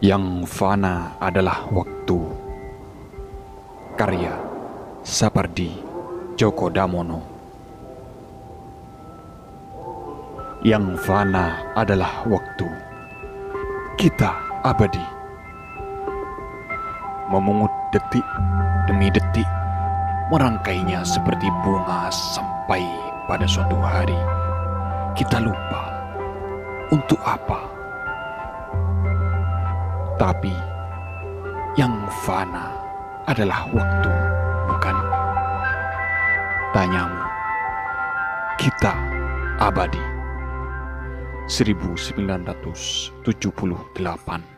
Yang fana adalah waktu. Karya Sapardi Djoko Damono. Yang fana adalah waktu. Kita abadi. Memungut detik demi detik, merangkainya seperti bunga sampai pada suatu hari kita lupa untuk apa. Tapi yang fana adalah waktu, bukan? Tanyamu, kita abadi. 1978